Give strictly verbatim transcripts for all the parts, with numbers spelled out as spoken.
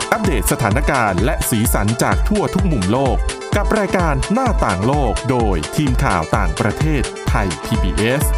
อัปเดตสถานการณ์และสีสันจากทั่วทุกมุมโลกกับรายการหน้าต่างโลกโดยทีมข่าวต่างประเทศไทย พี บี เอส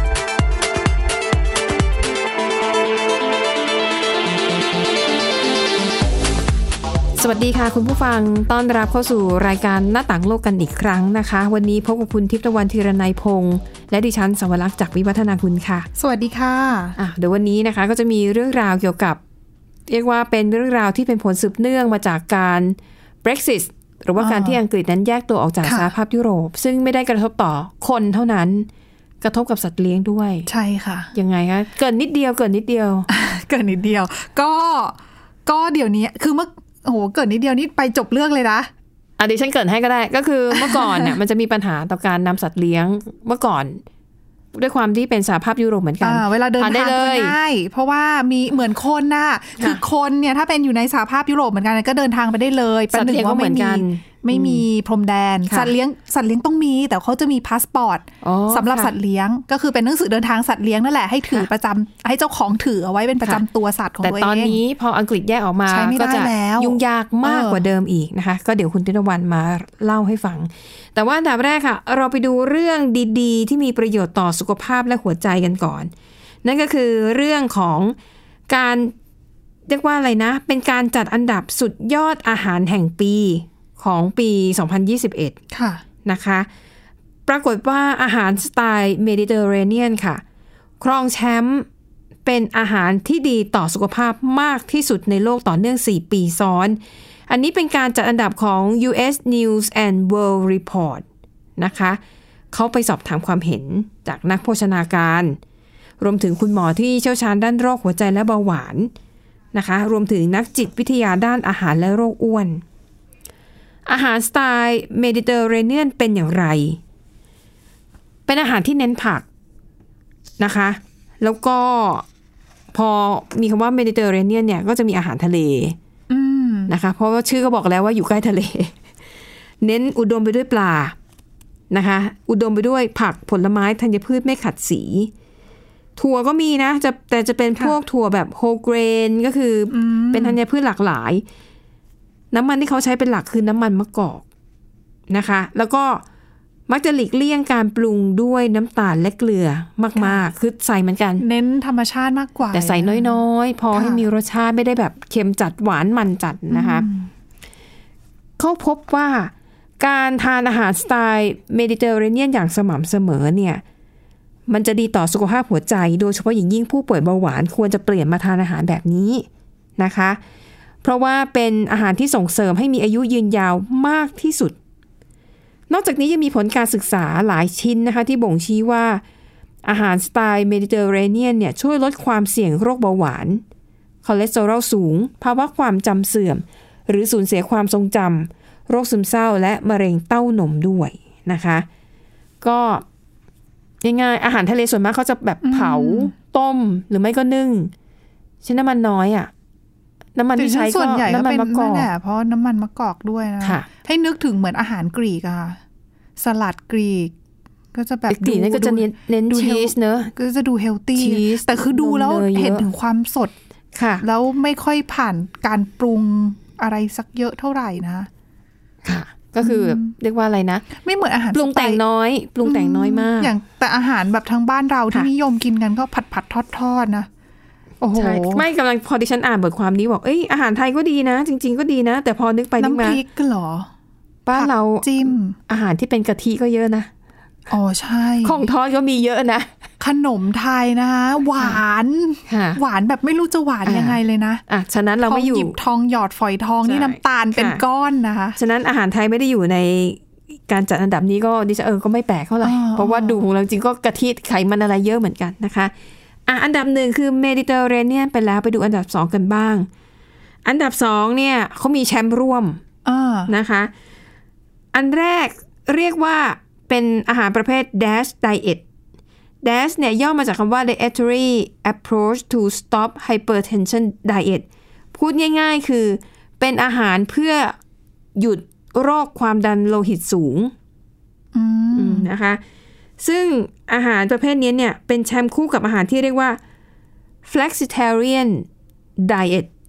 สวัสดีค่ะคุณผู้ฟังต้อนรับเข้าสู่รายการหน้าต่างโลกกันอีกครั้งนะคะวันนี้พบกับคุณทิพย์ตะวันธีรนัยพงษ์และดิฉันสวรักษ์จากวิวัฒนาคุณค่ะสวัสดีค่ะอ่ะเดี๋ยววันนี้นะคะก็จะมีเรื่องราวเกี่ยวกับเรียกว่าเป็นเรื่องราวที่เป็นผลสืบเนื่องมาจากการ Brexit หรือว่าการที่อังกฤษนั้นแยกตัวออกจากสหภาพยุโรปซึ่งไม่ได้กระทบต่อคนเท่านั้นกระทบกับสัตว์เลี้ยงด้วยใช่ค่ะยังไงคะเกินนิดเดียวเกินนิดเดียวเกินนิดเดียวก็ก็เดี๋ยวนี้คือเมื่อโอ้โหเกิดนิดเดียวนี่ไปจบเรื่องเลยนะอ่ะดิฉันเกิดให้ก็ได้ก็คือเมื่อก่อนเนี่ย มันจะมีปัญหาต่อการนำสัตว์เลี้ยงเมื่อก่อนด้วยความที่เป็นสหภาพยุโรปเหมือนกันเวลาเดินทางก็ง่ายเพราะว่ามีเหมือนคนน่ะคือคนเนี่ยถ้าเป็นอยู่ในสหภาพยุโรปเหมือนกันก็เดินทางไปได้เลยสัตว์เลี้ยงก็เหมือนกันไม่มีพรมแดนสัตว์เลี้ยงสัตว์เลี้ยงต้องมีแต่เขาจะมีพาสปอร์ตสำหรับสัตว์เลี้ยงก็คือเป็นหนังสือเดินทางสัตว์เลี้ยงนั่นแหละให้ถือประจำให้เจ้าของถือเอาไว้เป็นประจำตัวสัตว์ของตัวเองแต่ตอนนี้พออังกฤษแยกออกมาก็จะยุ่งยากมากกว่าเดิมอีกนะคะก็เดี๋ยวคุณตินวันมาเล่าให้ฟังแต่ว่าอันดับแรกค่ะเราไปดูเรื่องดีๆที่มีประโยชน์ต่อสุขภาพและหัวใจกันก่อนนั่นก็คือเรื่องของการเรียกว่าอะไรนะเป็นการจัดอันดับสุดยอดอาหารแห่งปีของปีสองพันยี่สิบเอ็ดค่ะนะคะปรากฏว่าอาหารสไตล์เมดิเตอร์เรเนียนค่ะครองแชมป์เป็นอาหารที่ดีต่อสุขภาพมากที่สุดในโลกต่อเนื่องสี่ปีซ้อนอันนี้เป็นการจัดอันดับของ ยู เอส News and World Report นะคะเขาไปสอบถามความเห็นจากนักโภชนาการรวมถึงคุณหมอที่เชี่ยวชาญด้านโรคหัวใจและเบาหวานนะคะรวมถึงนักจิตวิทยาด้านอาหารและโรคอ้วนอาหารสไตล์เมดิเตอร์เรเนียนเป็นอย่างไรเป็นอาหารที่เน้นผักนะคะแล้วก็พอมีคำว่าเมดิเตอร์เรเนียนเนี่ยก็จะมีอาหารทะเลนะคะเพราะว่าชื่อก็บอกแล้วว่าอยู่ใกล้ทะเลเน้นอุดมไปด้วยปลานะคะอุดมไปด้วยผักผลไม้ธัญพืชไม่ขัดสีถั่วก็มีนะจะแต่จะเป็นพวกถั่วแบบโฮเกรนก็คือเป็นธัญพืชหลากหลายน้ำมันที่เขาใช้เป็นหลักคือน้ำมันมะกอกนะคะแล้วก็มักจะหลีกเลี่ยงการปรุงด้วยน้ำตาลและเกลือมากๆคือใส่เหมือนกันเน้นธรรมชาติมากกว่าแต่ใส่น้อยๆพอให้มีรสชาติไม่ได้แบบเค็มจัดหวานมันจัดนะคะเขาพบว่าการทานอาหารสไตล์เมดิเตอร์เรเนียนอย่างสม่ำเสมอเนี่ยมันจะดีต่อสุขภาพหัวใจโดยเฉพาะอย่างยิ่งผู้ป่วยเบาหวานควรจะเปลี่ยนมาทานอาหารแบบนี้นะคะเพราะว่าเป็นอาหารที่ส่งเสริมให้มีอายุยืนยาวมากที่สุดนอกจากนี้ยังมีผลการศึกษาหลายชิ้นนะคะที่บ่งชี้ว่าอาหารสไตล์เมดิเตอร์เรเนียนเนี่ยช่วยลดความเสี่ยงโรคเบาหวานคอเลสเตอรอลสูงภาวะความจำเสื่อมหรือสูญเสียความทรงจำโรคซึมเศร้าและมะเร็งเต้านมด้วยนะคะก็ง่ายๆอาหารทะเลส่วนมากเขาจะแบบเผาต้มหรือไม่ก็นึ่งใช้น้ำมันน้อยอ่ะน้ำมันที่ใช้ก็น้ำมันมะกอกเพราะน้ำมันมะกอกด้วยนะให้นึกถึงเหมือนอาหารกรีกอะสลัดกรีกก็จะแบบดูก็จะเน้นชีสเนอะก็จะดูเฮลตี้แต่คือดูแล้วเห็นถึงความสดแล้วไม่ค่อยผ่านการปรุงอะไรสักเยอะเท่าไหร่นะค่ะก็คือเรียกว่าอะไรนะไม่เหมือนอาหารปรุงแต่งน้อยปรุงแต่งน้อยมากอย่างแต่อาหารแบบทางบ้านเราที่นิยมกินกันก็ผัดผัดทอดทอดนะโอ้โหไม่กำลังพอดิฉันอ่านบทความนี้บอกเอ้ยอาหารไทยก็ดีนะจริงๆก็ดีนะแต่พอนึกไปนึกมาน้ำพริกหรอบ้านเราจิ้มอาหารที่เป็นกะทิก็เยอะนะอ๋อใช่ของทอดก็มีเยอะนะขนมไทยนะคะหวานหวานแบบไม่รู้จะหวานยังไงเลยนะอ่ะฉะนั้นเราไม่อยู่หยิบทองหยอดฝอยทองนี่น้ำตาลเป็นก้อนนะคะฉะนั้นอาหารไทยไม่ได้อยู่ในการจัดอันดับนี้ก็ดิฉันเออก็ไม่แปลกเท่าไหร่เพราะว่าดูของเราจริงก็กะทิไขมันอะไรเยอะเหมือนกันนะคะอ่ะอันดับหนึ่งคือเมดิเตอร์เรเนียนไปแล้วไปดูอันดับสองกันบ้างอันดับสองเนี่ยเขามีแชมป์ร่วมนะคะอันแรกเรียกว่าเป็นอาหารประเภท dash diet dash เนี่ยย่อมาจากคำว่า dietary approach to stop hypertension diet พูดง่ายๆคือเป็นอาหารเพื่อหยุดโรคความดันโลหิตสูงนะคะซึ่งอาหารประเภทนี้เนี่ยเป็นแชมป์คู่กับอาหารที่เรียกว่า flexitarian diet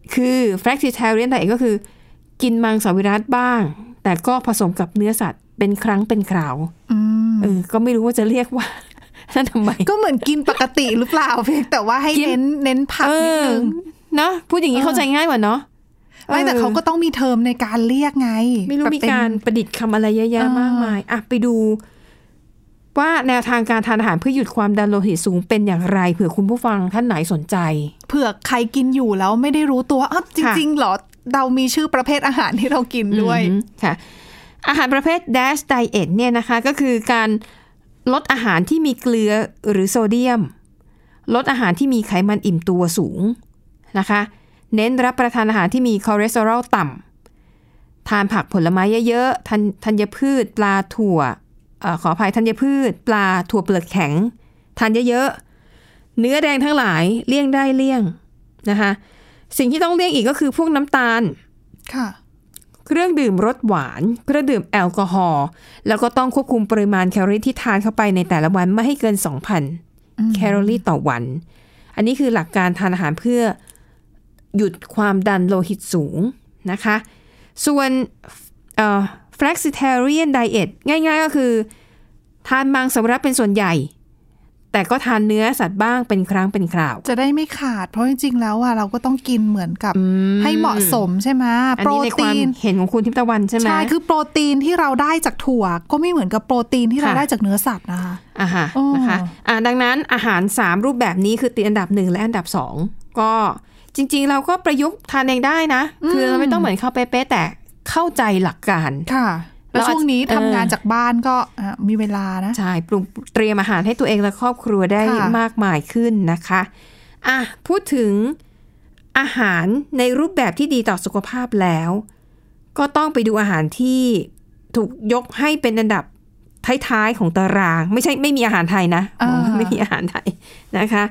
คือ flexitarian diet ก็คือกินมังสวิรัติบ้างแต่ก็ผสมกับเนื้อสัตว์เป็นครั้งเป็นคราวเออก็ไม่รู้ว่าจะเรียกว่านั่นทำไมก็เหมือนกินปกติหรือเปล่าเพียงแต่ว่าให้เน้นเน้นผักนิดนึงเนาะพูดอย่างนี้เข้าใจง่ายกว่าเนาะไม่แต่เขาก็ต้องมีเทอมในการเรียกไงไม่รู้มีการประดิษฐ์คำอะไรเยอะแยะมากมายอ่ะไปดูว่าแนวทางการทานอาหารเพื่อหยุดความดันโลหิตสูงเป็นอย่างไรเผื่อคุณผู้ฟังท่านไหนสนใจเผื่อใครกินอยู่แล้วไม่ได้รู้ตัวอ้าวจริงๆเหรอเรามีชื่อประเภทอาหารที่เรากินด้วยค่ะอาหารประเภท dash diet เนี่ยนะคะก็คือการลดอาหารที่มีเกลือหรือโซเดียมลดอาหารที่มีไขมันอิ่มตัวสูงนะคะเน้นรับประทานอาหารที่มีคอเลสเตอรอลต่ำทานผักผลไม้เยอะๆธัญพืชปลาถั่วเอ่อขออภัยธัญพืชปลาถั่วเปลือกแข็งทานเยอะๆเนื้อแดงทั้งหลายเลี่ยงได้เลี่ยงนะคะสิ่งที่ต้องเลี่ยงอีกก็คือพวกน้ำตาลค่ะเครื่องดื่มรสหวานเครื่องดื่มแอลกอฮอล์แล้วก็ต้องควบคุมปริมาณแคลอรี่ที่ทานเข้าไปในแต่ละวันไม่ให้เกิน สองพัน แคลอรี่ต่อวันอันนี้คือหลักการทานอาหารเพื่อหยุดความดันโลหิตสูงนะคะส่วนเอ่อ flexitarian diet ง่ายๆก็คือทานมังสวิรัติเป็นส่วนใหญ่แต่ก็ทานเนื้อสัตว์บ้างเป็นครั้งเป็นคราวจะได้ไม่ขาดเพราะจริงๆแล้วอ่ะเราก็ต้องกินเหมือนกับให้เหมาะสมใช่ไหมโปรตีนเห็นของคุณทิพย์ตะวันใช่ไหมใช่คือโปรตีนที่เราได้จากถั่วก็ไม่เหมือนกับโปรตีนที่เราได้จากเนื้อสัตว์นะคะอ่าฮะนะคะอ่าดังนั้นอาหารสามรูปแบบนี้คือติดอันดับหนึ่งและอันดับสองก็จริงๆเราก็ประยุกต์ทานเองได้นะคือเราไม่ต้องเหมือนเข้าเป๊ะๆแต่เข้าใจหลักการค่ะแล้วช่วงนี้ทำงานจากบ้านก็มีเวลานะใช่ปรุงเตรียมอาหารให้ตัวเองและครอบครัวได้มากมายขึ้นนะคะอ่ะพูดถึงอาหารในรูปแบบที่ดีต่อสุขภาพแล้วก็ต้องไปดูอาหารที่ถูกยกให้เป็นอันดับท้ายๆของตารางไม่ใช่ไม่มีอาหารไทยนะไม่มีอาหารไทยนะคะ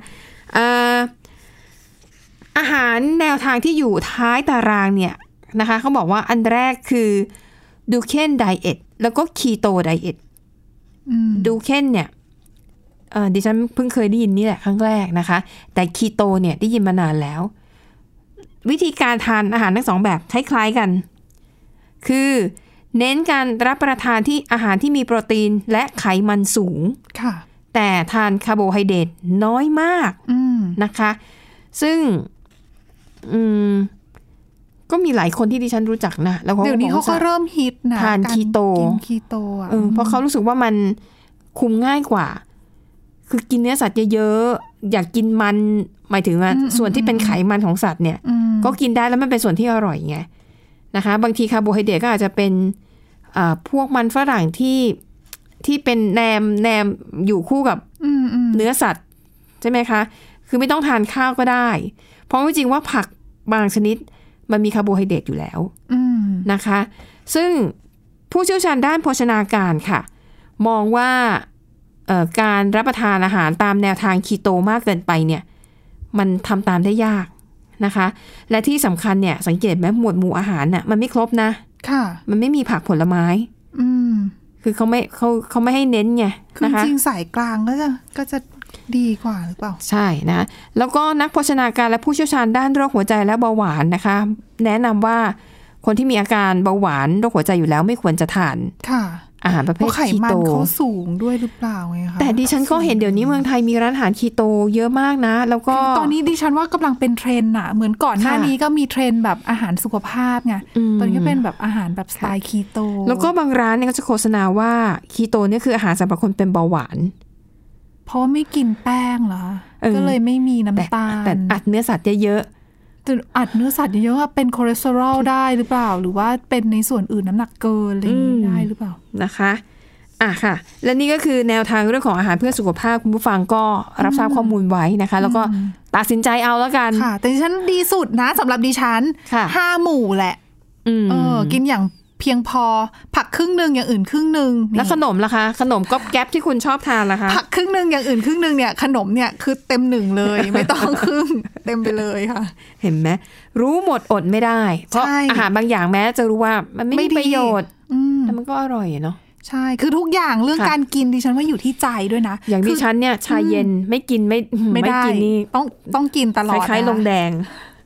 อาหารแนวทางที่อยู่ท้ายตารางเนี่ยนะคะเขาบอกว่าอันแรกคือดูเคนไดเอทแล้วก็คีโตไดเอทดูเคนเนี่ยดิฉันเพิ่งเคยได้ยินนี่แหละครั้งแรกนะคะแต่คีโตเนี่ยได้ยินมานานแล้ววิธีการทานอาหารทั้งสองแบบคล้ายๆกันคือเน้นการรับประทานที่อาหารที่มีโปรตีนและไขมันสูงแต่ทานคาร์โบไฮเดรตน้อยมากนะคะซึ่งอืมก็มีหลายคนที่ดิฉันรู้จักนะแล้วเดี๋ยวนี้เขาก็เริ่มฮิตนะทานคีโตกินคีโตอ่ะเพราะเขารู้สึกว่ามันคุมง่ายกว่าคือกินเนื้อสัตว์เยอะๆอยากกินมันหมายถึงว่าส่วนที่เป็นไขมันของสัตว์เนี่ยก็กินได้แล้วมันเป็นส่วนที่อร่อยไงนะคะบางทีคาร์โบไฮเดรตก็อาจจะเป็นพวกมันฝรั่งที่ที่เป็นแนมแนมอยู่คู่กับเนื้อสัตว์ใช่ไหมคะคือไม่ต้องทานข้าวก็ได้เพราะจริงๆว่าผักบางชนิดมันมีคาร์โบไฮเดรตอยู่แล้วนะคะซึ่งผู้เชี่ยวชาญด้านโภชนาการค่ะมองว่าการรับประทานอาหารตามแนวทางคีโตมากเกินไปเนี่ยมันทำตามได้ยากนะคะและที่สำคัญเนี่ยสังเกตไหมหมวดหมู่อาหารน่ะมันไม่ครบนะค่ะมันไม่มีผักผลไม้คือเขาไม่เขาเขาไม่ให้เน้นไงนะคะจริงสายกลางก็จะก็จะดีกว่าหรือเปล่าใช่นะแล้วก็นักโภชนาการและผู้เชี่ยวชาญด้านโรคหัวใจและเบาหวานนะคะแนะนำว่าคนที่มีอาการเบาหวานโรคหัวใจอยู่แล้วไม่ควรจะทานค่ะอาหารประเภทคีโตเขาสูงด้วยหรือเปล่าไงคะแต่ดิฉันก็เห็นเดี๋ยวนี้เมืองไทยมีร้านอาหารคีโตเยอะมากนะแล้วก็ตอนนี้ดิฉันว่ากำลังเป็นเทรนด์อะเหมือนก่อนหน้านี้ก็มีเทรนด์แบบอาหารสุขภาพไงตอนนี้ก็เป็นแบบอาหารแบบสไตล์คีโตแล้วก็บางร้านเนี่ยก็จะโฆษณาว่าคีโตเนี่ยคืออาหารสำหรับคนเป็นเบาหวานเพราะไม่กินแป้งเหรอก็เลยไม่มีน้ำตาลแต่อัดเนื้อสัตว์เยอะๆอัดเนื้อสัตว์เยอะๆเป็นคอเลสเตอรอลได้หรือเปล่าหรือว่าเป็นในส่วนอื่นน้ำหนักเกินอะไรได้หรือเปล่านะคะอ่ะค่ะและนี่ก็คือแนวทางเรื่องของอาหารเพื่อสุขภาพคุณผู้ฟังก็รับทราบข้อมูลไว้นะคะแล้วก็ตัดสินใจเอาแล้วกันค่ะแต่ดิฉันดีสุดนะสำหรับดิฉันห้าหมู่แหละเออกินอย่างเพียงพอผักครึ่งนึงอย่างอื่นครึ่งนึงแล้วขนมล่ะคะขนมก๊อบแก๊บที่คุณชอบทานล่ะคะผักครึ่งนึงอย่างอื่นครึ่งนึงเนี่ยขนมเนี่ยคือเต็มหนึ่งเลยไม่ต้องครึ่งเต็มไปเลยค่ะเห็นไหมรู้หมดอดไม่ได้เพราะอาหารบางอย่างแม้จะรู้ว่ามันไม่มีประโยชน์แต่มันก็อร่อยเนาะใช่คือทุกอย่างเรื่องการกินดิฉันว่าอยู่ที่ใจด้วยนะอย่างดิฉันเนี่ยชาเย็นไม่กินไม่ไม่ได้ต้องต้องกินตลอดคล้ายๆลงแดง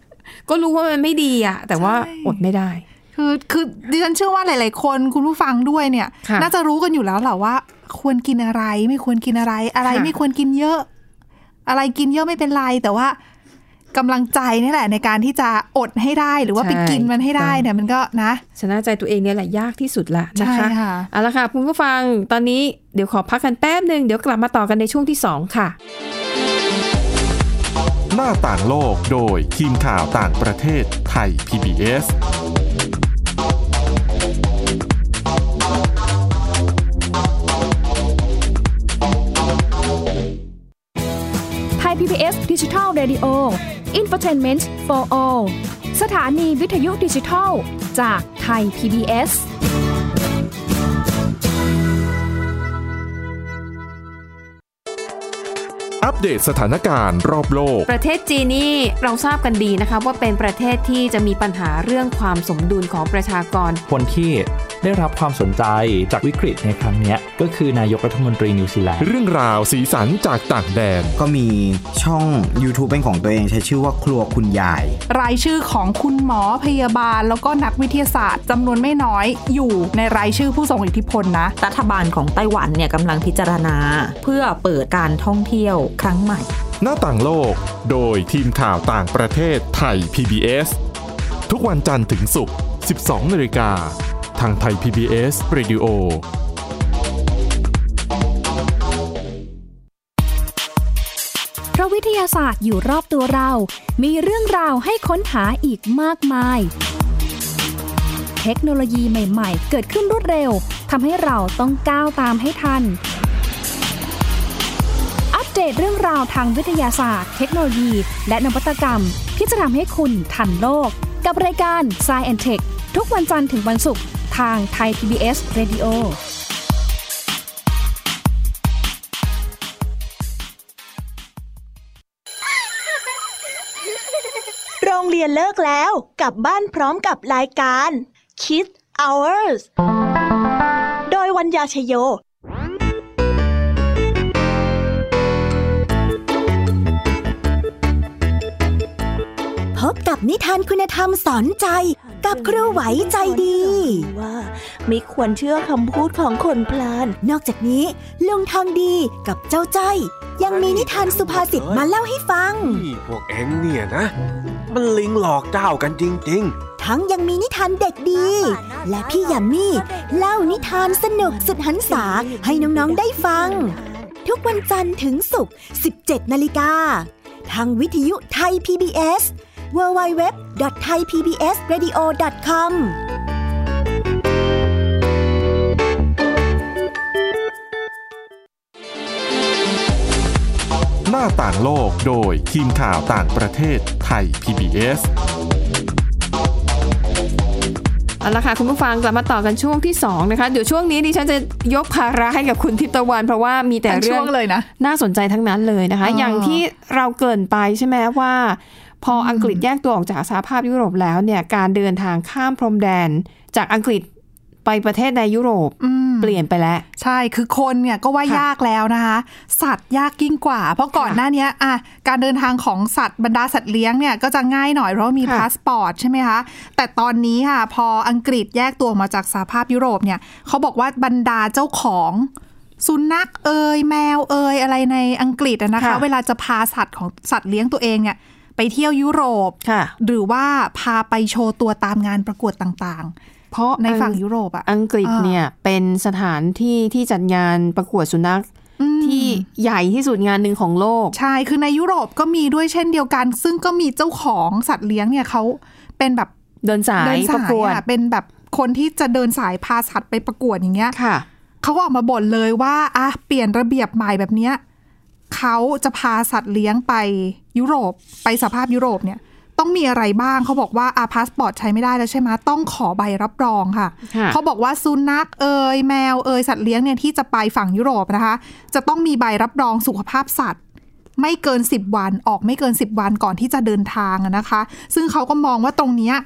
ก็รู้ว่ามันไม่ดีอ่ะแต่ว่าอดไม่ได้คือคือดิฉันเชื่อว่าหลายๆคนคุณผู้ฟังด้วยเนี่ยน่าจะรู้กันอยู่แล้วแหละว่าควรกินอะไรไม่ควรกินอะไรอะไรไม่ควรกินเยอะอะไรกินเยอะไม่เป็นไรแต่ว่ากำลังใจนี่แหละในการที่จะอดให้ได้หรือว่าไปกินมันให้ได้เนี่ยมันก็นะชนะใจตัวเองเนี่ยแหละยากที่สุดละนะคะเอาละค่ะคุณผู้ฟังตอนนี้เดี๋ยวขอพักกันแป๊บนึงเดี๋ยวกลับมาต่อกันในช่วงที่สองค่ะหน้าต่างโลกโดยทีมข่าวต่างประเทศไทย พี บี เอสไทย พี บี เอส Digital Radio Infotainment for All สถานีวิทยุดิจิทัลจากไทย พี บี เอสอัปเดตสถานการณ์รอบโลกประเทศจีนนี่เราทราบกันดีนะคะว่าเป็นประเทศที่จะมีปัญหาเรื่องความสมดุลของประชากรคนที่ได้รับความสนใจจากวิกฤตในครั้งนี้ก็คือนายกรัฐมนตรีนิวซีแลนด์เรื่องราวสีสันจากต่างแดนก็มีช่อง YouTube เป็นของตัวเองใช้ชื่อว่าครัวคุณยายรายชื่อของคุณหมอพยาบาลแล้วก็นักวิทยาศาสตร์จำนวนไม่น้อยอยู่ในรายชื่อผู้ทรงอิทธิพลนะรัฐบาลของไต้หวันเนี่ยกำลังพิจารณาเพื่อเปิดการท่องเที่ยวครั้งใหม่หน้าต่างโลกโดยทีมข่าวต่างประเทศไทย พี บี เอส ทุกวันจันทร์ถึงศุกร์ สิบสอง นาฬิกาทางไทย พี บี เอส Radio เพราะวิทยาศาสตร์อยู่รอบตัวเรามีเรื่องราวให้ค้นหาอีกมากมายเทคโนโลยีใหม่ๆเกิดขึ้นรวดเร็วทำให้เราต้องก้าวตามให้ทันอัปเดตเรื่องราวทางวิทยาศาสตร์เทคโนโลยีและนวัตกรรมที่จะทำให้คุณทันโลกกับรายการ Science แอนด์ Tech ทุกวันจันทร์ถึงวันศุกร์ทางไทย พี บี เอส Radio โรงเรียนเลิกแล้วกลับบ้านพร้อมกับรายการ Kids Hours โดยวัญญาชโยพบกับนิทานคุณธรรมสอนใจกับครูไหวใจดีว่าไม่ควรเชื่อคำพูดของคนพลานนอกจากนี้ลุงทองดีกับเจ้าจ้อยยังมีนิทานสุภาษิตมาเล่าให้ฟังนี่พวกเอ็งเนี่ยนะมันลิงหลอกเจ้ากันจริงๆทั้งยังมีนิทานเด็กดีและพี่ยามีเล่านิทานสนุกสุดหรรษาให้น้องๆได้ฟังทุกวันจันทร์ถึงศุกร์ สิบเจ็ด นาฬิกาทางวิทยุไทย พี บี เอส ดับเบิลยู ดับเบิลยู ดับเบิลยู ดอท ไทย พี บี เอส เรดิโอ ดอท คอมหน้าต่างโลกโดยทีมข่าวต่างประเทศไทย พี บี เอสเอาละค่ะคุณผู้ฟังกลับมาต่อกันช่วงที่สองนะคะเดี๋ยวช่วงนี้ดิฉันจะยกภาระให้กับคุณทิพย์ตะวันเพราะว่ามีแต่เรื่องเลยนะน่าสนใจทั้งนั้นเลยนะคะ อ, อย่างที่เราเกริ่นไปใช่ไหมว่าพออังกฤษแยกตัวออกจากสหภาพยุโรปแล้วเนี่ยการเดินทางข้ามพรมแดนจากอังกฤษไปประเทศในยุโรปเปลี่ยนไปแล้วใช่คือคนเนี่ยก็ว่ายากแล้วนะคะสัตว์ยากยิ่งกว่าเพราะก่อนหน้านี้อ่ะการเดินทางของสัตว์บรรดาสัตว์เลี้ยงเนี่ยก็จะง่ายหน่อยเพราะมีพาสปอร์ตใช่ไหมคะแต่ตอนนี้ค่ะพออังกฤษแยกตัวมาจากสหภาพยุโรปเนี่ยเขาบอกว่าบรรดาเจ้าของสุนัขเอ่ยแมวเอ่ยอะไรในอังกฤษนะคะเวลาจะพาสัตว์ของสัตว์เลี้ยงตัวเองเนี่ยไปเที่ยวยุโรปหรือว่าพาไปโชว์ตัวตามงานประกวดต่างๆเพราะในฝั่งยุโรปอ่ะอังกฤษเนี่ยเป็นสถานที่ที่จัดงานประกวดสุนัขที่ใหญ่ที่สุดงานหนึ่งของโลกใช่คือในยุโรปก็มีด้วยเช่นเดียวกันซึ่งก็มีเจ้าของสัตว์เลี้ยงเนี่ยเขาเป็นแบบเดินสายประกวดเป็นแบบคนที่จะเดินสายพาสัตว์ไปประกวดอย่างเงี้ยเขาก็ออกมาบ่นเลยว่าอ่ะเปลี่ยนระเบียบใหม่แบบเนี้ยเขาจะพาสัตว์เลี้ยงไปยุโรปไปสหภาพยุโรปเนี่ยต้องมีอะไรบ้างเขาบอกว่าอาพาสปอร์ตใช้ไม่ได้แล้วใช่ไหมต้องขอใบรับรองค่ะเขาบอกว่าสุนัขเอยแมวเอยสัตว์เลี้ยงเนี่ยที่จะไปฝั่งยุโรปนะคะจะต้องมีใบรับรองสุขภาพสัตว์ไม่เกินสิบวันออกไม่เกินสิบวันก่อนที่จะเดินทางนะคะซึ่งเขาก็มองว่าตรงนี้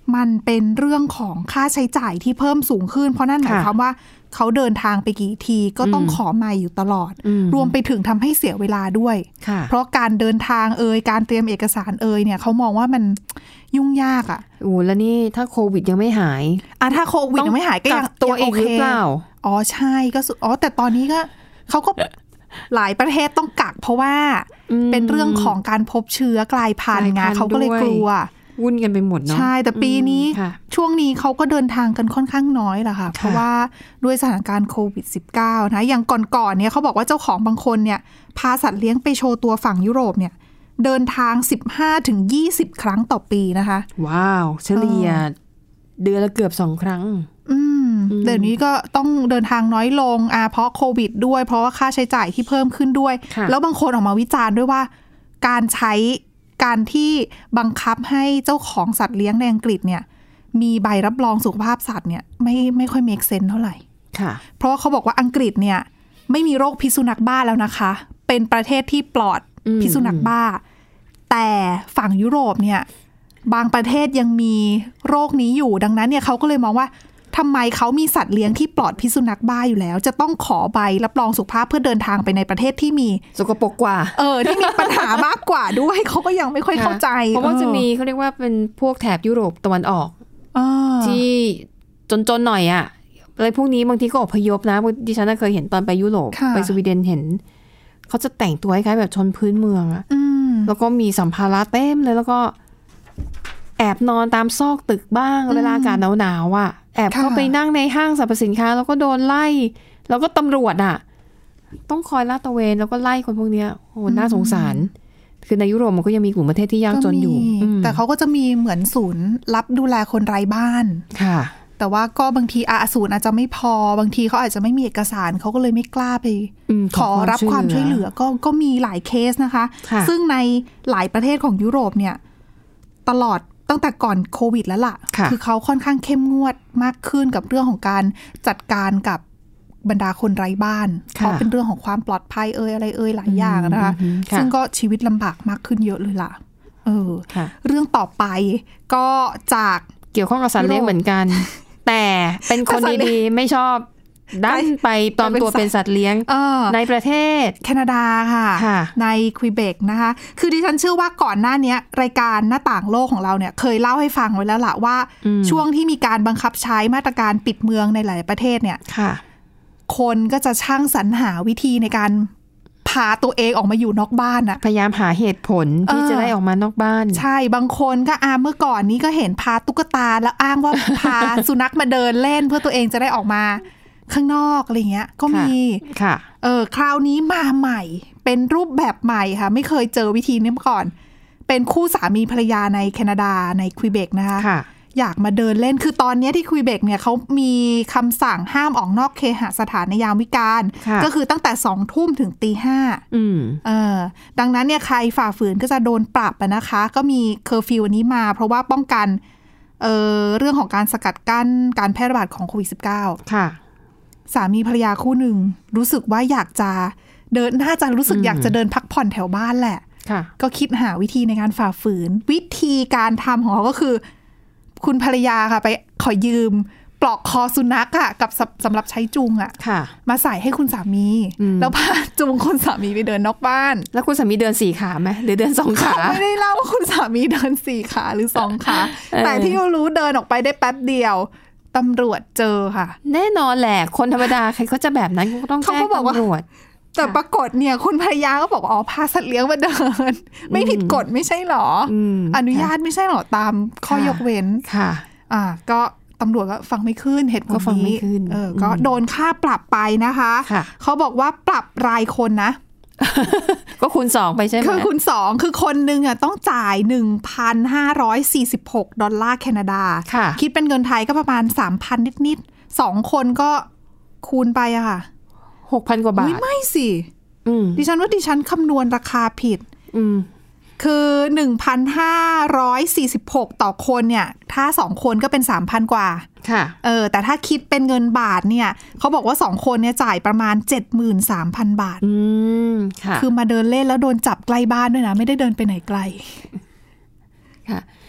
มันเป็นเรื่องของค่าใช้จ่ายที่เพิ่มสูงขึ้นเพราะนั่นหมายความว่าเขาเดินทางไปกี่ทีก็ต้องขอใหม่อยู่ตลอดรวมไปถึงทำให้เสียเวลาด้วยเพราะการเดินทางเอ่ยการเตรียมเอกสารเอ่ยเนี่ยเขามองว่ามันยุ่งยากอ่ะโอ้แล้วนี่ถ้าโควิดยังไม่หายอ่ะถ้าโควิดยังไม่หายก็ยังตัวเองหรือเปล่าอ๋อใช่ก็อ๋อแต่ตอนนี้ก็เขาก็หลายประเทศต้องกักเพราะว่าเป็นเรื่องของการพบเชื้อกลายพันธุ์ไงเขาก็เลยกลัววุ่นกันไปหมดเนาะใช่แต่ปีนี้ช่วงนี้เขาก็เดินทางกันค่อนข้างน้อยแหละค่ะเพราะว่าด้วยสถานการณ์โควิด สิบเก้า นะอย่างก่อนๆเนี่ยเขาบอกว่าเจ้าของบางคนเนี่ยพาสัตว์เลี้ยงไปโชว์ตัวฝั่งยุโรปเนี่ยเดินทาง สิบห้าถึงยี่สิบ ครั้งต่อปีนะคะว้าวเฉลี่ยเดือนละเกือบสองครั้งอืมเดี๋ยวนี้ก็ต้องเดินทางน้อยลงอ่ะเพราะโควิดด้วยเพราะว่าค่าใช้จ่ายที่เพิ่มขึ้นด้วยแล้วบางคนออกมาวิจารณ์ด้วยว่าการใช้การที่บังคับให้เจ้าของสัตว์เลี้ยงในอังกฤษเนี่ยมีใบรับรองสุขภาพสัตว์เนี่ยไม่ไม่ค่อยเมคเซนส์เท่าไหร่ค่ะเพราะว่าเขาบอกว่าอังกฤษเนี่ยไม่มีโรคพิษสุนัขบ้าแล้วนะคะเป็นประเทศที่ปลอดพิษสุนัขบ้าแต่ฝั่งยุโรปเนี่ยบางประเทศยังมีโรคนี้อยู่ดังนั้นเนี่ยเขาก็เลยมองว่าทำไมเขามีสัตว์เลี้ยงที่ปลอดพิษสุนัขบ้าอยู่แล้วจะต้องขอใบรับรองสุขภาพเพื่อเดินทางไปในประเทศที่มีสกปรกกว่าเออที่มีปัญหามากกว่าด้วยเขาก็ยังไม่ค่อยเข้าใจเพราะว่าจะมีเขาเรียกว่าเป็นพวกแถบยุโรปตะวันออกที่จนๆหน่อยอ่ะอะไรพวกนี้บางทีก็อพยพนะดิฉันเคยเห็นตอนไปยุโรปไปสวีเดนเห็นเขาจะแต่งตัวคล้ายๆแบบชนพื้นเมืองอ่ะแล้วก็มีสัมภาระเต็มเลยแล้วก็แอบนอนตามซอกตึกบ้างเวลาอากาศหนาวๆอ่ะแอบเข้าไปนั่งในห้างสรรพสินค้าแล้วก็โดนไล่แล้วก็ตำรวจอ่ะต้องคอยลาดตระเวนแล้วก็ไล่คนพวกนี้โอ้น่าสงสารคือในยุโรปมันก็ยังมีกลุ่มประเทศที่ยากจนอยู่แต่เขาก็จะมีเหมือนศูนย์รับดูแลคนไร้บ้านค่ะแต่ว่าก็บางทีอาศูนย์อาจจะไม่พอบางทีเขาอาจจะไม่มีเอกสารเขาก็เลยไม่กล้าไปขอรับความช่วยเหลือก็ก็มีหลายเคสนะคะซึ่งในหลายประเทศของยุโรปเนี่ยตลอดตั้งแต่ก่อนโควิดแล้วล่ะคือเขาค่อนข้างเข้มงวดมากขึ้นกับเรื่องของการจัดการกับบรรดาคนไร้บ้านเพราะเป็นเรื่องของความปลอดภัยเอ่ยอะไรเอ่ยหลายอย่างนะคะซึ่งก็ชีวิตลำบากมากขึ้นเยอะเลยล่ะเออเรื่องต่อไปก็จากเกี่ยวข้องกับสัตว์เลี้ยงเหมือนกันแต่เป็นคนดีๆไม่ชอบดันไปปลอมตัวเป็นสัตว์เลี้ยงในประเทศแคนาดาค่ะในควิเบกนะคะคือดิฉันเชื่อว่าก่อนหน้านี้รายการหน้าต่างโลกของเราเนี่ยเคยเล่าให้ฟังไว้แล้วล่ะว่าช่วงที่มีการบังคับใช้มาตรการปิดเมืองในหลายประเทศเนี่ยคนก็จะช่างสรรหาวิธีในการพาตัวเองออกมาอยู่นอกบ้านอะพยายามหาเหตุผลที่จะได้ออกมานอกบ้านใช่บางคนก็อาเมื่อก่อนนี้ก็เห็นพาตุ๊กตาแล้วอ้างว่าพาสุนัขมาเดินเล่นเพื่อตัวเองจะได้ออกมาข้างนอกอะไรเงี้ยก็มีค่ะเออคราวนี้มาใหม่เป็นรูปแบบใหม่ค่ะไม่เคยเจอวิธีนี้มาก่อนเป็นคู่สามีภรรยาในแคนาดาในควิเบกนะคะอยากมาเดินเล่นคือตอนนี้ที่ควิเบกเนี่ยเขามีคำสั่งห้ามออกนอกเคหสถานในยามวิกาลก็คือตั้งแต่สองทุ่มถึงตีห้าเออดังนั้นเนี่ยใครฝ่าฝืนก็จะโดนปรับนะคะก็มีเคอร์ฟิวนี้มาเพราะว่าป้องกันเอ่อเรื่องของการสกัดกั้นการแพร่ระบาดของโควิด สิบเก้าค่ะสามีภรรยาคู่หนึ่งรู้สึกว่าอยากจะเดินน่าจะรู้สึกอยากจะเดินพักผ่อนแถวบ้านแหละก็คิดหาวิธีในการฝ่าฝืนวิธีการทำของเขาก็คือคุณภรรยาค่ะไปขอยืมปลอกคอสุนัขอะกับสำหรับใช้จูงอะมาใส่ให้คุณสามีแล้วพาจูงคุณสามีไปเดินนอกบ้านแล้วคุณสามีเดินสี่ขาไหมหรือเดินสองขาไม่ได้เล่าว่าคุณสามีเดินสี่ขาหรือสองขาแต่ที่รู้เดินออกไปได้แป๊บเดียวตำรวจเจอค่ะแน่นอนแหละคนธรรมดาใครก็จะแบบนั้นก็ต้องแจ้งตำรวจแต่ปรากฏเนี่ยคุณภรรยาก็บอกอ๋อพาสัตว์เลี้ยงมาเดินไม่ผิดกฎไม่ใช่หรออนุญาตไม่ใช่หรอตามข้อยกเว้นค่ะอ่าก็ตำรวจก็ฟังไม่ขึ้นเหตุผลนี้เออก็โดนค่าปรับไปนะคะเขาบอกว่าปรับรายคนนะก็คูณสองไปใช่ไหมคือคูณสองคือคนนึงอ่ะต้องจ่าย หนึ่งพันห้าร้อยสี่สิบหก ดอลลาร์แคนาดาคิดเป็นเงินไทยก็ประมาณ สามพัน นิดๆสองคนก็คูณไปอะค่ะหกพัน กว่าบาทไม่สิดิฉันว่าดิฉันคำนวณราคาผิดคือ หนึ่งพันห้าร้อยสี่สิบหก ต่อคนเนี่ยถ้าสองคนก็เป็น สามพัน กว่าค่ะเออแต่ถ้าคิดเป็นเงินบาทเนี่ยเขาบอกว่าสองคนเนี่ยจ่ายประมาณ เจ็ดหมื่นสามพัน บาทอืมค่ะคือมาเดินเล่นแล้วโดนจับใกล้บ้านด้วยนะไม่ได้เดินไปไหนไกลค่ะ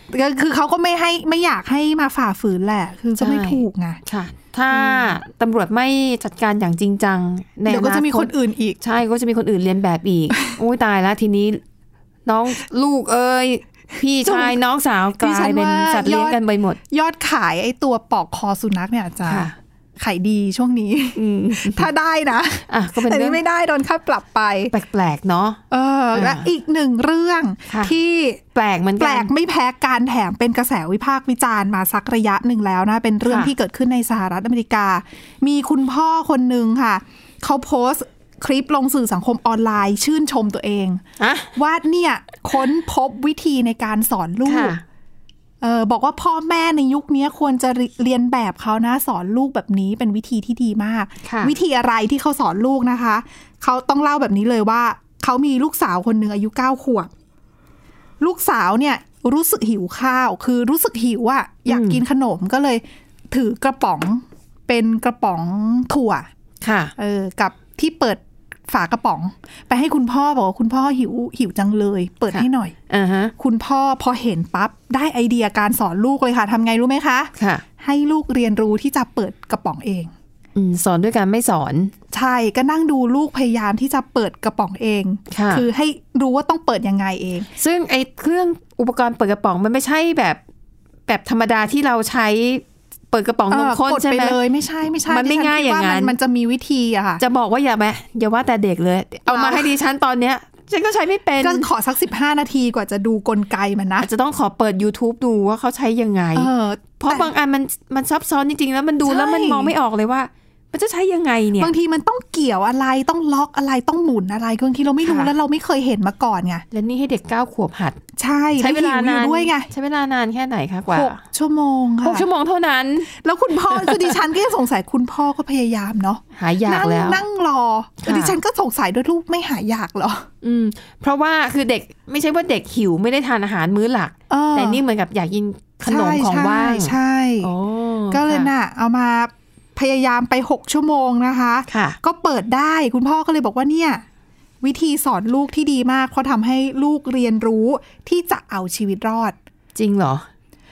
คือเขาก็ไม่ให้ไม่อยากให้มาฝ่าฝืนแหละคือจะไม่ถูกไงค่ะถ้าตำรวจไม่จัดการอย่างจริงจังเดี๋ยวก็จะมีคนอื่นอีกใช่ก็จะมีคนอื่นเรียนแบบอีก โอ้ยตายแล้วทีนี้น้องลูกเอ้ยพี่ชายน้องสาวกลายเป็นสัตว์เลี้ยงกันไปหมดยอดขายไอ้ตัวปอกคอสุนัขเนี่ยจะขายดีช่วงนี้ถ้าได้นะอ่ะก็เป็นเรื่องไม่ได้โดนค่าปรับไปแปลกๆเนาะเออและอีกหนึ่งเรื่องที่แปลกเหมือนกันแปลกไม่แพ้การแถมเป็นกระแสวิพากษ์วิจารณ์มาสักระยะหนึ่งแล้วนะเป็นเรื่องที่เกิดขึ้นในสหรัฐอเมริกามีคุณพ่อคนหนึ่งค่ะเขาโพสต์คลิปลงสื่อสังคมออนไลน์ชื่นชมตัวเองว่าเนี่ยค้นพบวิธีในการสอนลูกเออบอกว่าพ่อแม่ในยุคนี้ควรจะเรียนแบบเขานะสอนลูกแบบนี้เป็นวิธีที่ดีมากวิธีอะไรที่เขาสอนลูกนะคะเขาต้องเล่าแบบนี้เลยว่าเขามีลูกสาวคนหนึ่งอายุเก้าขวบลูกสาวเนี่ยรู้สึกหิวข้าวคือรู้สึกหิวอ่ะอยากกินขนมก็เลยถือกระป๋องเป็นกระป๋องถั่วค่ะเออกับที่เปิดฝากระป๋องไปให้คุณพ่อบอกว่าคุณพ่อหิวหิวจังเลยเปิดให้หน่อยอ่าฮะคุณพ่อพอเห็นปั๊บได้ไอเดียการสอนลูกเลยค่ะทำไงรู้ไหมคะค่ะให้ลูกเรียนรู้ที่จะเปิดกระป๋องเองอืมสอนด้วยการไม่สอนใช่ก็นั่งดูลูกพยายามที่จะเปิดกระป๋องเองคือให้รู้ว่าต้องเปิดยังไงเองซึ่งไอเครื่องอุปกรณ์เปิดกระป๋องมันไม่ใช่แบบแบบธรรมดาที่เราใช้เปิดกระป๋องนมข้นใช่ไหมเลยไม่ใช่ไม่ใช่มันไม่ง่ายอย่างนั้นมันจะมีวิธีอะค่ะจะบอกว่าอย่าไหมอย่าว่าแต่เด็กเลยเอามาให้ดิฉันตอนเนี้ยฉันก็ใช้ไม่เป็นก็ขอสักสิบห้านาทีกว่าจะดูกลไกมันนะจะต้องขอเปิด YouTube ดูว่าเขาใช้ยังไงเพราะบางอันมันมันซับซ้อนจริงๆแล้วมันดูแล้วมันมองไม่ออกเลยว่ามันจะใช้ยังไงเนี่ยบางทีมันต้องเกี่ยวอะไรต้องล็อกอะไรต้องหมุนอะไรบางทีเราไม่รู้แล้วเราไม่เคยเห็นมาก่อนไงและนี่ให้เด็กเก้าขวบหัดใช่ใช้เวลานานด้วยไงใช้เวลานานแค่ไหนคะกว่าหกชั่วโมงค่ะหกชั่วโมงเท่านั้นแล้วคุณพ่อคือดิฉันก็สงสัยคุณพ่อก็พยายามเนาะหายากแล้วนั่งรอดิฉันก็สงสัยด้วยลูกไม่หายากหรออืมเพราะว่าคือเด็กไม่ใช่ว่าเด็กหิวไม่ได้ทานอาหารมื้อหลักแต่นี่เหมือนกับอยากกินขนมของว่างใช่ก็เลยน่ะเอามาพยายามไปหกชั่วโมงนะคะก็เปิดได้คุณพ่อก็เลยบอกว่าเนี่ยวิธีสอนลูกที่ดีมากเพราะทำให้ลูกเรียนรู้ที่จะเอาชีวิตรอดจริงเหรอ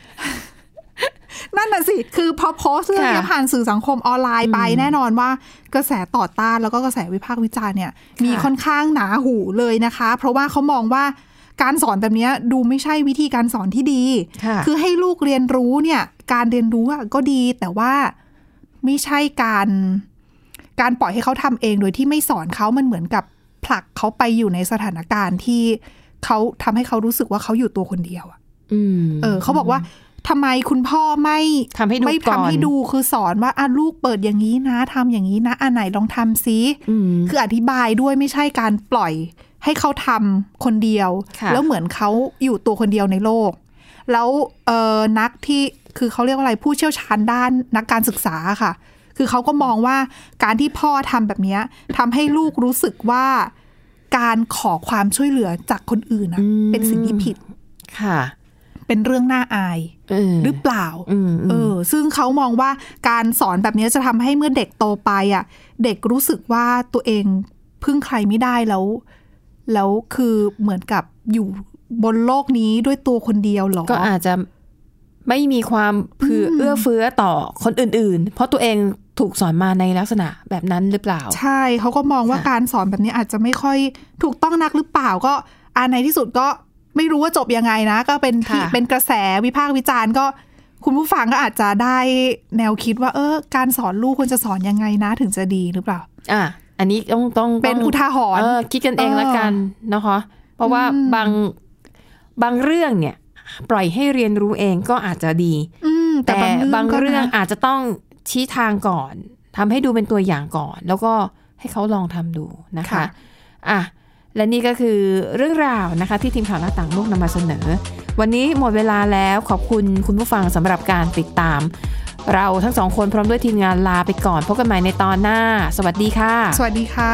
นั่นน่ะสิคือพอโพสต์เรื่องนี้ผ่านสื่อสังคมออนไลน์ไปแน่นอนว่ากระแสต่อต้านแล้วก็กระแสวิพากษ์วิจารณ์เนี่ยมีค่อนข้างหนาหูเลยนะคะเพราะว่าเขามองว่าการสอนแบบนี้ดูไม่ใช่วิธีการสอนที่ดีคือให้ลูกเรียนรู้เนี่ยการเรียนรู้ก็ดีแต่ว่าไม่ใช่การการปล่อยให้เขาทำเองโดยที่ไม่สอนเขามันเหมือนกับผลักเขาไปอยู่ในสถานการณ์ที่เขาทำให้เขารู้สึกว่าเขาอยู่ตัวคนเดียวอ่ะเออเขาบอกว่าทำไมคุณพ่อไม่ทำให้ดูไม่ทำให้ดูคือสอนว่าอ่ะลูกเปิดอย่างนี้นะทำอย่างนี้นะอันไหนลองทำซิคืออธิบายด้วยไม่ใช่การปล่อยให้เขาทำคนเดียวแล้วเหมือนเขาอยู่ตัวคนเดียวในโลกแล้วเออนักที่คือเขาเรียกว่าอะไรผู้เชี่ยวชาญด้านนักการศึกษาค่ะคือเขาก็มองว่าการที่พ่อทำแบบนี้ทำให้ลูกรู้สึกว่าการขอความช่วยเหลือจากคนอื่นเป็นสิ่งที่ผิดค่ะเป็นเรื่องน่าอายหรือเปล่าเออซึ่งเขามองว่าการสอนแบบนี้จะทำให้เมื่อเด็กโตไปอ่ะเด็กรู้สึกว่าตัวเองพึ่งใครไม่ได้แล้วแล้วคือเหมือนกับอยู่บนโลกนี้ด้วยตัวคนเดียวหรอก็อาจจะไม่มีความเผื่อเอื้อเฟื้อต่อคนอื่นๆเพราะตัวเองถูกสอนมาในลักษณะแบบนั้นหรือเปล่าใช่เขาก็มองว่าการสอนแบบนี้อาจจะไม่ค่อยถูกต้องนักหรือเปล่าก็อันในที่สุดก็ไม่รู้ว่าจบยังไงนะก็เป็นเป็นกระแสวิพากษ์วิจารณ์ก็คุณผู้ฟังก็อาจจะได้แนวคิดว่าเออการสอนลูกควรจะสอนยังไงนะถึงจะดีหรือเปล่าอ่ะอันนี้ต้องต้องเป็นอุทาหรณ์คิดกันเองแล้วกันนะคะเพราะว่าบางบางเรื่องเนี่ยปล่อยให้เรียนรู้เองก็อาจจะดีแต่บางเรื่องอาจจะต้องชี้ทางก่อนทำให้ดูเป็นตัวอย่างก่อนแล้วก็ให้เขาลองทำดูนะคะอ่ะและนี่ก็คือเรื่องราวนะคะที่ทีมข่าวหน้าต่างโลกนำมาเสนอวันนี้หมดเวลาแล้วขอบคุณคุณผู้ฟังสำหรับการติดตามเราทั้งสองคนพร้อมด้วยทีมงานลาไปก่อนพบกันใหม่ในตอนหน้าสวัสดีค่ะสวัสดีค่ะ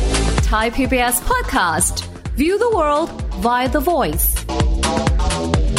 Thai พี บี เอส Podcast View the world via the voice